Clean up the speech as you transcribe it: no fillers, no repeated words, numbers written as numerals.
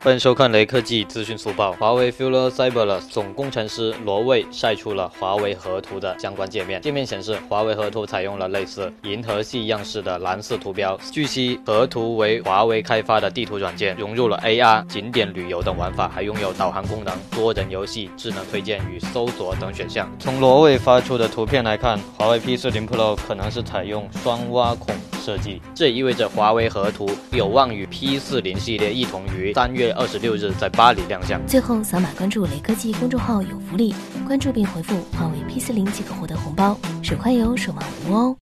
欢迎收看雷科技资讯速报。华为 Fuller Cyberless 总工程师罗卫晒出了华为河图的相关界面。界面显示，华为河图采用了类似银河系样式的蓝色图标。据悉，河图为华为开发的地图软件，融入了 AR、景点旅游等玩法，还拥有导航功能、多人游戏、智能推荐与搜索等选项。从罗卫发出的图片来看，华为 P40 Pro 可能是采用双挖孔设计，这也意味着华为河图有望与 P40 系列一同于3月26日在巴黎亮相。 最后扫码关注雷科技公众号有福利，关注并回复华为 P40即可获得红包，手快有手慢无哦。